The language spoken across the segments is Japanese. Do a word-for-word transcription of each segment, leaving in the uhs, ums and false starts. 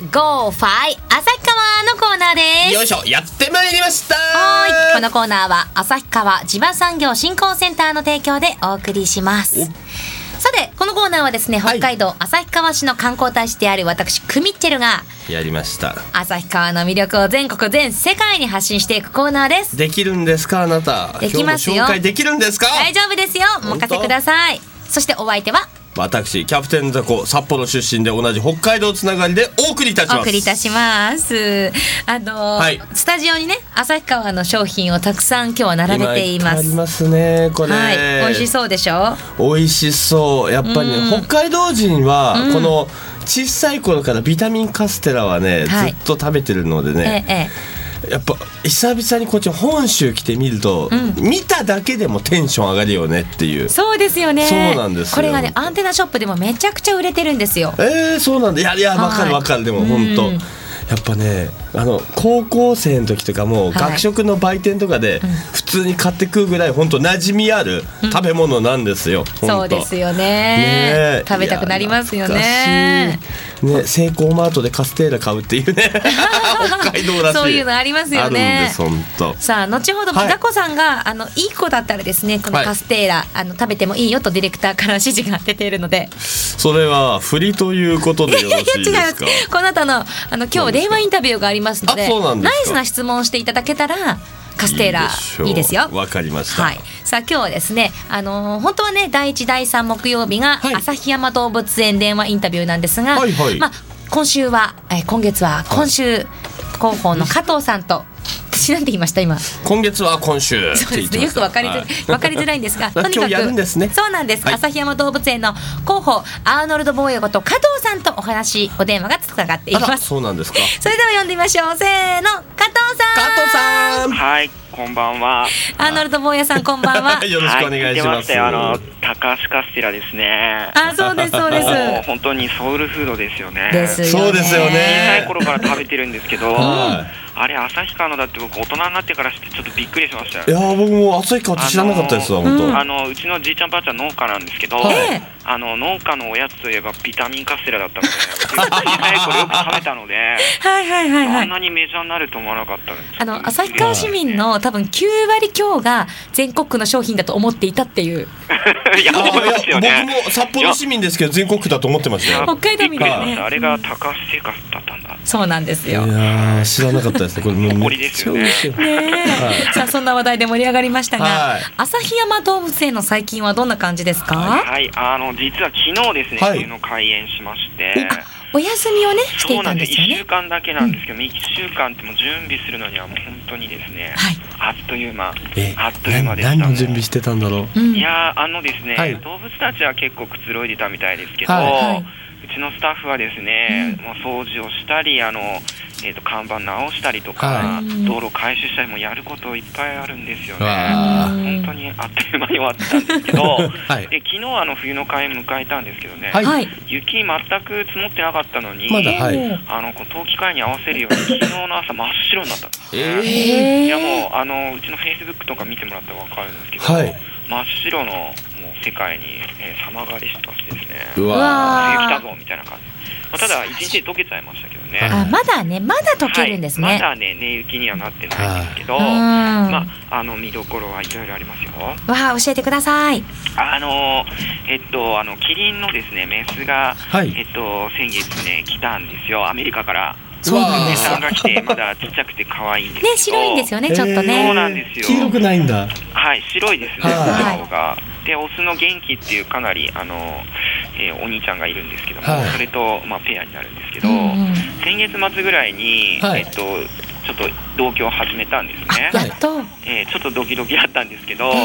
ゴーファイ旭川のコーナーです。 よいしょ、やってまいりました。 はい、このコーナーは旭川地場産業振興センターの提供でお送りします。さてこのコーナーはですね、北海道旭川市の観光大使である私クミッチェルがやりました。 旭川の魅力を全国全世界に発信していくコーナーです。 できるんですかあなた。 できますよ。 今日も紹介できるんですか。 大丈夫ですよ、お任せください。そしてお相手は私キャプテンザコ札幌出身で同じ北海道つながりでお送りいたします。 お送りいたしますあの、はい、スタジオにね旭川の商品をたくさん今日は並べています。 ありますねこれ、はい、 美味しそうでしょ。 美味しそう。やっぱりね、うん、北海道人はこの小さい頃からビタミンカステラはね、はい、ずっと食べてるのでね、ええやっぱ久々にこっち本州来てみると、うん、見ただけでもテンション上がるよねっていう。 そうですよね。 そうなんですよ。 これがねアンテナショップでもめちゃくちゃ売れてるんんですよ。 えー、そうなんだ。いやいや分かる分かる。でも本当やっぱねあの高校生の時とかも学食の売店とかで普通に買って食うぐらい本当馴染みある食べ物なんですよ、 うん、そうですよ ね, ね食べたくなりますよね。 ね、セイコーマートでカステーラ買うっていうね北海道らしいそういうのありますよね。 あるんです本当。さあ後ほどダコさんが、はい、あのいい子だったらですねこのカステーラ、はい、あの食べてもいいよとディレクターから指示が出ているので、 それは振りということでよろしいですか。いやいや違います。この後のあの今日電話インタビューがありますので、ナイスな質問をしていただけたらカステーラいいですよ。 わかりました、 はい、さあ今日はですね、あのー、本当はねだいいちだいさん木曜日が旭山動物園電話インタビューなんですが、はいはい、まあ、今週は、えー、今月は今週広報の加藤さんと、私なんて言いました今。 今月は今週。 そうですね、よく分かりづ、はい、分かりづらいんですがとにかく今日やるんですね。 そうなんです、はい、旭山動物園の広報アーノルド坊やこと加藤さんとお話お電話がつながっています。 そうなんですか。 それでは呼んでみましょう。せーの、加藤さん。 加藤さん、 はい、こんばんは。 アーノルド坊やさんこんばんはよろしくお願いします。 はい、あの高橋カステラですね。 あ、そうですそうです。 本当にソウルフードですよね。 ですよね。 そうですよね。 小さい頃から食べてるんですけど、あれ旭川のだって僕大人になってから知ってちょっとびっくりしましたよ。 いや僕も旭川って知らなかったですわ。本当。 あのうちのじいちゃんばあちゃん農家なんですけど、はい、あの農家のおやつといえばビタミンカステラだったので小さい頃よく食べたのではいはいはい、はい、あんなにメジャーになると思わなかったです。 あの旭川市民の多分きゅうわり強が全国区の商品だと思っていたっていういや思いますよね。 僕も札幌市民ですけど全国区だと思ってましたよ。 北海道民ですね。 あれが高橋製菓だったんだ。 そうなんですよ。 いや知らなかったですね。これもう誇りですよね。ねはい、さあそんな話題で盛り上がりましたが、はい、旭山動物園の最近はどんな感じですか。 はい、はい、あの実は昨日ですね、はい、冬の開園しまして、 お休みをねしていたんですよね。 いっしゅうかんだけなんですけど、うん、いっしゅうかんってもう準備するのにはもう本当にですね、はい、あっという間あっという間でした。 何の準備してたんだろう。 いやあのですね、はい、動物たちは結構くつろいでたみたいですけど、はいはい、うちのスタッフはですね、うん、もう掃除をしたりあの、えー、と看板直したりとか、はい、道路回収したりもやることいっぱいあるんですよね。本当にあっという間に終わってたんですけど、はい、で昨日あの冬の開園迎えたんですけどね、はい、雪全く積もってなかったのに、まだ、はい、あの冬季開園に合わせるように昨日の朝真っ白になったんですね。えー、いやもうあのうちのフェイスブックとか見てもらったら分かるんですけど、はい、真っ白のもう世界に、えー、様変わりしてましてですね、うわー冬来たぞみたいな感じ。まあ、ただ一日で溶けちゃいましたけどね。 あ、まだねまだ溶けるんですね。はい、 まだね根雪にはなってないんですけど、まあ、あの見どころはいろいろありますよ。 わあ教えてください。 あのえっとあのキリンのですねメスが、はい、えっと先月ね来たんですよアメリカから。 そうなんです。 さんが来てまだちっちゃくて可愛いんですけどね、 白いんですよねちょっとね。 そうなんですよ。 黄色くないんだ。 はい、白いですね、顔が。でオスの元気っていうかなりあの、えー、お兄ちゃんがいるんですけども、はい、それと、まあ、ペアになるんですけど、うんうん、先月末ぐらいに、はい、えっとちょっと同居を始めたんですね。 やっと、 えー、ちょっとドキドキだったんですけど、うん、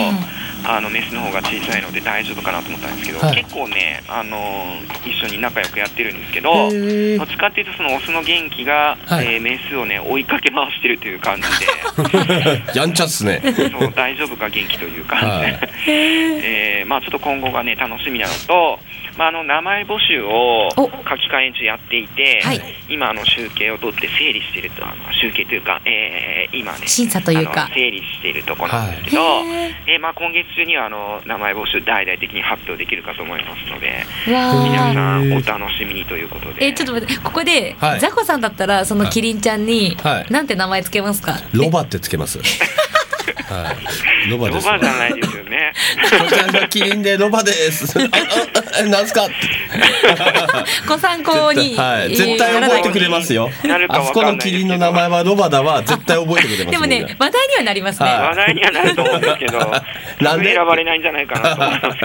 あのメスの方が小さいので大丈夫かなと思ったんですけど、はい、結構ね、あのー、一緒に仲良くやってるんですけど、どっちかっていうとそのオスの元気が、はい、えー、メスをね追いかけ回してるという感じでやんちゃっすね。 そう大丈夫か元気という感じで、はい、えー、まあちょっと今後がね楽しみなのと、まあ、あの名前募集を夏季開園中やっていて、はい、今あの集計を取って整理していると、あの集計というか、えー、今ね審査というか整理しているところなんですけど、はい、えーまあ、今月中にはあの名前募集大々的に発表できるかと思いますので、皆さんお楽しみにということで。 えちょっと待って、ここで、はい、ザコさんだったらそのキリンちゃんに、はい、なんて名前つけますか？ ロバってつけますはい、ロバです。 ロバじゃないですよね。 こちらがキリンでロバです。ああなんすか。 ご参考に、 はい、絶対覚えてくれますよ。あそこのキリンの名前はロバだは絶対覚えてくれます。 でもね、話題にはなりますね。 はい、話題にはなると思うんですけど、なんで選ばれないんじゃないかなと思います。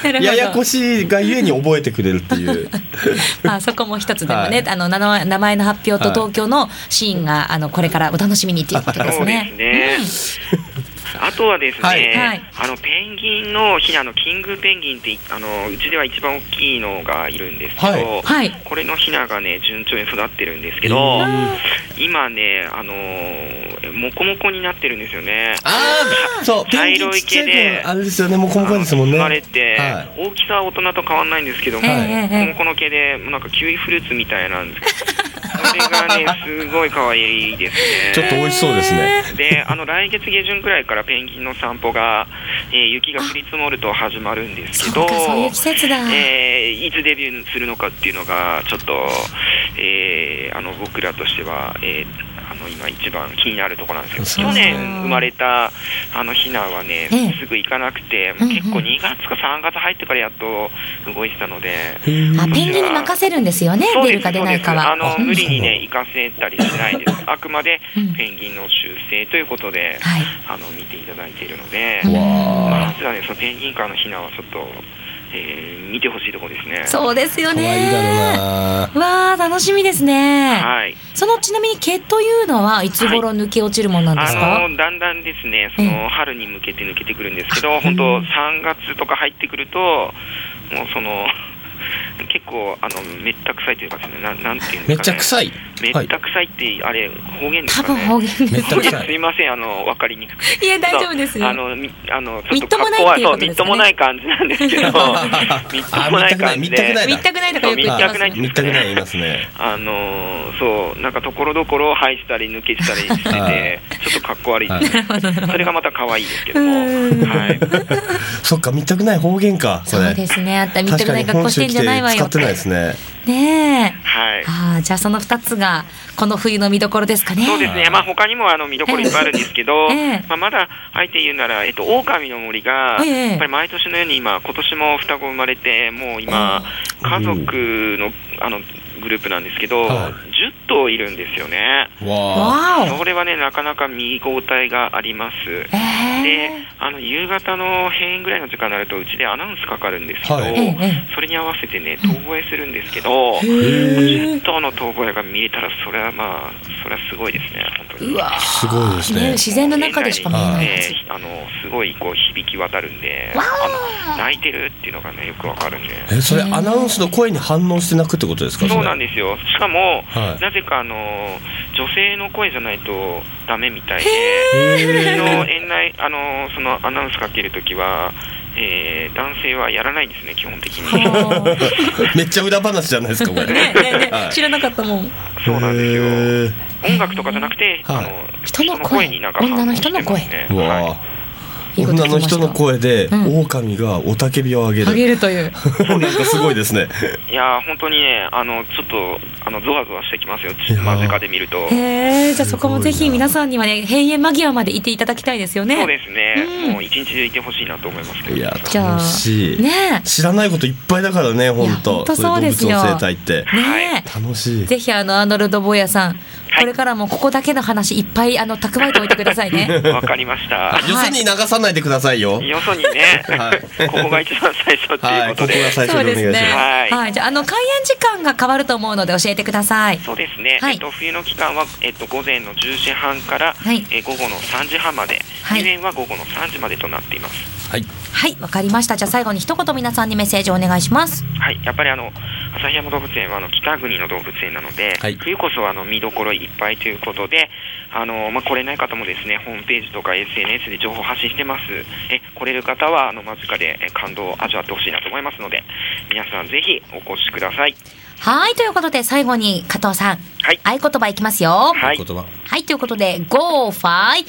ややこしいがゆえに覚えてくれるっていう。 あそこも一つでもね、はい、あの名前の発表と東京のシーンが、はい、あのこれからお楽しみにということですね。 そうですね。あとはですね、はい、あのペンギンのひなのキングペンギンってあのうちでは一番大きいのがいるんですけど、はい、これのひながね順調に育ってるんですけど、今ねあのモコモコになってるんですよね。 あそう茶色い毛であれですよね、モコモコですもんね。 生まれて、はい、大きさは大人と変わらないんですけども、はい、モコモコの毛でなんかキウイフルーツみたいなんですけど。それがねすごい可愛いですね。 ちょっと美味しそうですね。 で、あの来月下旬くらいからペンギンの散歩が、えー、雪が降り積もると始まるんですけど、 そうか、そういう季節だ。 えー、いつデビューするのかっていうのがちょっと、えー、あの僕らとしては、えーあの今一番気になるところなんですけど、去年生まれたあのヒナはね、ええ、すぐ行かなくて、もう結構にがつかさんがつ入ってからやっと動いてたので、 あペンギンに任せるんですよね。出るか出ないかはあの無理にね行かせたりしないです。あくまでペンギンの習性ということで、うん、あの見ていただいているので、まずはねそのペンギン界のヒナはちょっとえー、見てほしいところですね。 そうですよね。 可愛いだろうな。 わあ楽しみですね。 はい。 そのちなみに毛というのはいつ頃抜け落ちるものなんですか？ はい、あのだんだんですね、その春に向けて抜けてくるんですけど、本当さんがつとか入ってくるともうその結構あのめった臭いというかですね、ななんていうんですかね。 めっちゃ臭い。 めった臭いって、はい、あれ方言ですかね。 多分方言です。 めった臭い。 すいませんあの分かりにくくて。 いや大丈夫ですよ。 あのみあのちょっと格好はそうみっともない感じなんですけど、みっともない感じで。 みったくないとかよく言ってますね。 みったくない言いますね。 あのそうなんかところどころ生えしたり抜けてたりしてて、ちょっと格好悪いですね。それがまた可愛いですけども。はい。 そっかみったくない方言か。 そうですね。あんたみったくない格好してんじゃないわよ。 使ってないですね。 ねえ。 はい。 ああじゃあそのふたつがこの冬の見どころですかね。 そうですね。まあ他にもあの見どころいっぱいあるんですけど、えー、まあまだあえて言うならえっと狼の森が、えー、やっぱり毎年のように今今年も双子生まれてもう今家族のあのグループなんですけど、はい、じゅっとういるんですよね。 わそれはねなかなか見応えがあります。えー、であの夕方の閉園ぐらいの時間になるとうちでアナウンスかかるんですけど、はい、それに合わせてね遠吠えするんですけど、じゅっとうの遠吠えが見れたらそれはまあそれはすごいですね本当に。 うわすごいですね。 自然の中でしか見えないです。 あのすごいこう響き渡るんで、あの泣いてるっていうのがねよくわかるんで。 えそれアナウンスの声に反応して泣くってことですか？ そうなんですよ。しかも、はい、なぜかあの女性の声じゃないとダメみたいで、うちの園内あのそのアナウンスかけるときは、えー、男性はやらないんですね基本的に。 めっちゃ裏話じゃないですかこれ。 ねねねはい、知らなかったもん。 そうなんですよ。音楽とかじゃなくて、はい、あの人の声になんか反応してますね。女の人の声。 うわ、はい女の人の声で、うん、狼が雄たけびを上げる上げるというなんかすごいですね。 いや本当にねあのちょっとあのゾワゾワしてきますよ間近で見ると。 へーじゃあそこもぜひ皆さんにはね閉園間際までいていただきたいですよね。 そうですね、うん、もう一日中いてほしいなと思いますけど。 いや楽しい、ね、知らないこといっぱいだからね本当。 そうですよ。 動物の生態って、 ね、 楽しい。 ぜひあのアーノルド・ボーヤさんこれからもここだけの話いっぱいあの蓄えておいてくださいね。 わかりました。 よそに流さないでくださいよ。 よそにね、はい、ここが一番最初ということで、 はい、ここが最初でお願いします。 はい、はい、じゃあ、あの開園時間が変わると思うので教えてください。 そうですね、はい、えっと、冬の期間は、えっと、午前のじゅうじはんから、はい、え午後のさんじはんまで、はい、入園は午後のさんじまでとなっています。 はい、 はい、わかりました。じゃあ最後に一言皆さんにメッセージをお願いします。 はい、やっぱりあの旭山動物園はあの北国の動物園なので、はい、冬こそあの見どころいっぱいということで、あの、まあ、来れない方もですねホームページとか エスエヌエス で情報発信してます。え来れる方はあの間近で感動を味わってほしいなと思いますので皆さんぜひお越しください。 はいということで最後に加藤さん、はい、合言葉いきますよ。 はい、 はいということで Go Fight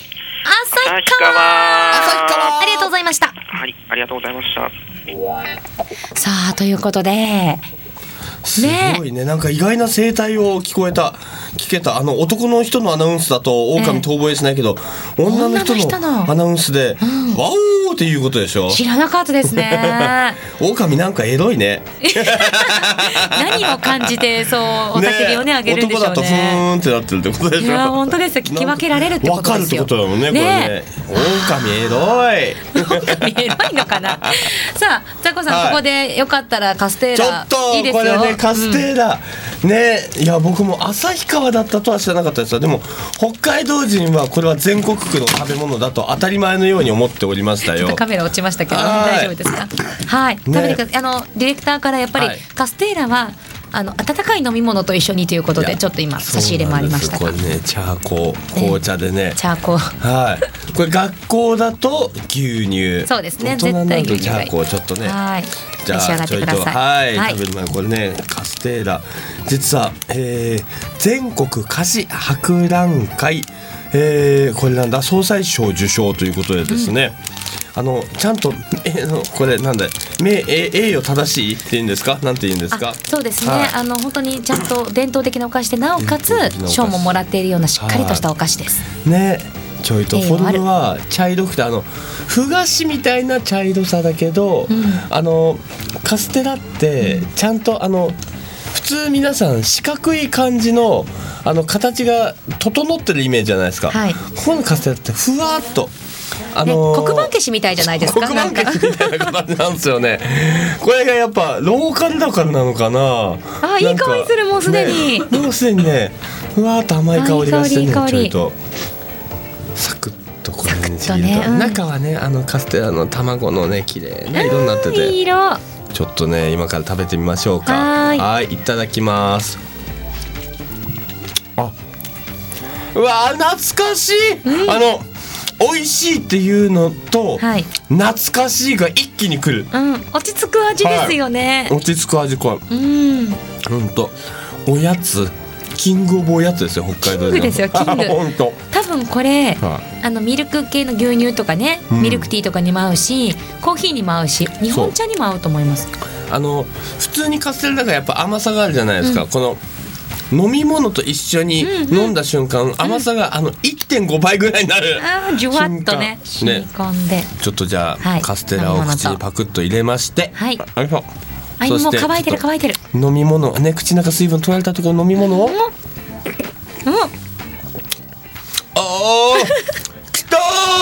旭川旭川ありがとうございました。 はい、ありがとうございました。 さあということで、 すごいね、なんか意外な生態を聞こえた聞けた。あの男の人のアナウンスだと狼遠吠えしないけど、えー、女の人のアナウンスで、うん、ワオーっていうことでしょ。 知らなかったですね。 狼なんかエロいね。 何を感じてそうおたけびをねあげるんでしょうね。 男だとふーんってなってるってことでしょ。 いや本当ですよ、聞き分けられるってことですよ。 分かるってことだもんね、これね。狼エロい。 狼エロいのかな。さあザコさん、はい、ここでよかったらカステーラちょっといいですよ。これねカステーラ、うん、ね、いや僕も旭川だったとは知らなかったですよ。でも北海道人はこれは全国区の食べ物だと当たり前のように思っておりましたよ。 ちょっとカメラ落ちましたけど大丈夫ですか。はい、食べてください。あのディレクターからやっぱり、はい、カステーラはあの温かい飲み物と一緒にということでちょっと今差し入れもありましたが、 これねチャーコー紅茶でね、 チャーコー、 はい、これ学校だと牛乳、 そうですね、 大人になると絶対牛乳チャーコーちょっとね、 はい、 じゃあ召し上がってください。 はい、 はい、 食べる前これねカステーラ実は、えー、全国菓子博覧会、えー、これなんだ総裁賞受賞ということでですね、うん、あのちゃんとえこれなんだ名え栄誉正しいって言うんですか、なんて言うんですか。 そうですね、 はい、 あの本当にちゃんと伝統的なお菓子でなおかつ賞ももらっているようなしっかりとしたお菓子です。 ね、ちょいとフォルムは茶色くてあのふ菓子みたいな茶色さだけど、うん、あのカステラってちゃんとあの普通皆さん四角い感じのあの形が整ってるイメージじゃないですか。はい、ここのカステラってふわっと。あのーね、黒板消しみたいじゃないですか。 黒板消しみたいな形なんですよね。これがやっぱローカルだからなのかな。 あ、いい香りする、もうすでに、 ね、もうすでにねふわっと甘い香りがしてね、 いい香りいい香りちょいとサクッとこれにちぎると、 ね、うん、 中はねあのカステラの卵のね綺麗な色になってて、 いい色。 ちょっとね今から食べてみましょうか。 はい、 はい、いただきます。あ、うわ懐かしい、うん、あの美味しいっていうのと、はい、懐かしいが一気に来る、 うん、落ち着く味ですよね。 はい、落ち着く味、これ、うん、ほんとおやつキングオブおやつですよ、北海道で。 キングですよ、キング。 ほんと多分これ、はい、あのミルク系の牛乳とかね、うん、ミルクティーとかにも合うし、コーヒーにも合うし、日本茶にも合うと思います。 あの普通にカステラだからやっぱ甘さがあるじゃないですか、うん、この飲み物と一緒に飲んだ瞬間、うんうん、甘さがあの いってんご 倍ぐらいになる、 あー、じゅわっとね染み込んで、ね、 ちょっとじゃあ、はい、カステラを口にパクッと入れまして、 はい、 ありがとう。 あ、もう乾いてる乾いてる。 飲み物ね、口の中水分取られた時の飲み物を、うん、うん、あーきた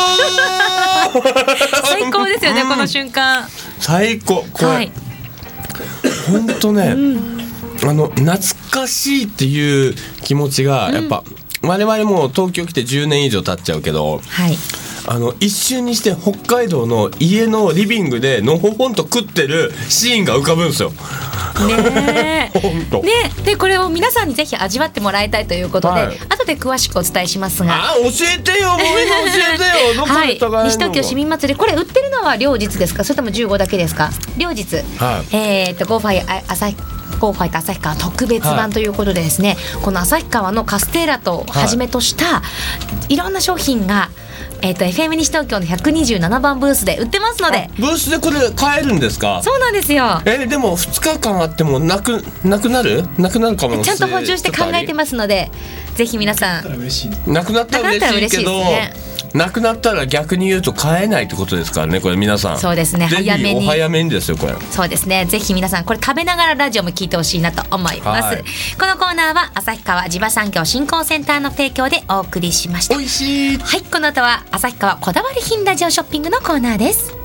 ー最高ですよね、うん、この瞬間最高。これ、はい、ほんとね、うん、あの懐かしいっていう気持ちがやっぱ、うん、我々も東京来てじゅうねん以上経っちゃうけど、はい、あの一瞬にして北海道の家のリビングでのほほんと食ってるシーンが浮かぶんですよ。 ねえね、でこれを皆さんにぜひ味わってもらいたいということで、はい、後で詳しくお伝えしますが、 あ、教えてよ、もうみんな教えてよ。どこではい、西東京市民祭り、これ売ってるのは両日ですか、それともじゅうごだけですか。両日、はい、えー、っとゴーファイ朝ゴーファイト旭川特別版ということでですね、はい、この旭川のカステーラとはじめとした、はい、いろんな商品がえー、と エフエム 西東京のひゃくにじゅうななばんブースで売ってますので。 ブースでこれ買えるんですか。 そうなんですよ。 えー、でもふつかかんあってもなくなくなるなくなるかも。 ちゃんと補充して考えてますので、ぜひ皆さんなくなったら嬉しいけど、なくなったら逆に言うと買えないってことですからね、これ皆さん。 そうですね、早めにお早めにですよこれ。 そうですね、ぜひ皆さんこれ食べながらラジオも聞いてほしいなと思います、はい、このコーナーは旭川地場産業振興センターの提供でお送りしました。 おいしい。 はい、この後は旭川こだわり品ラジオショッピングのコーナーです。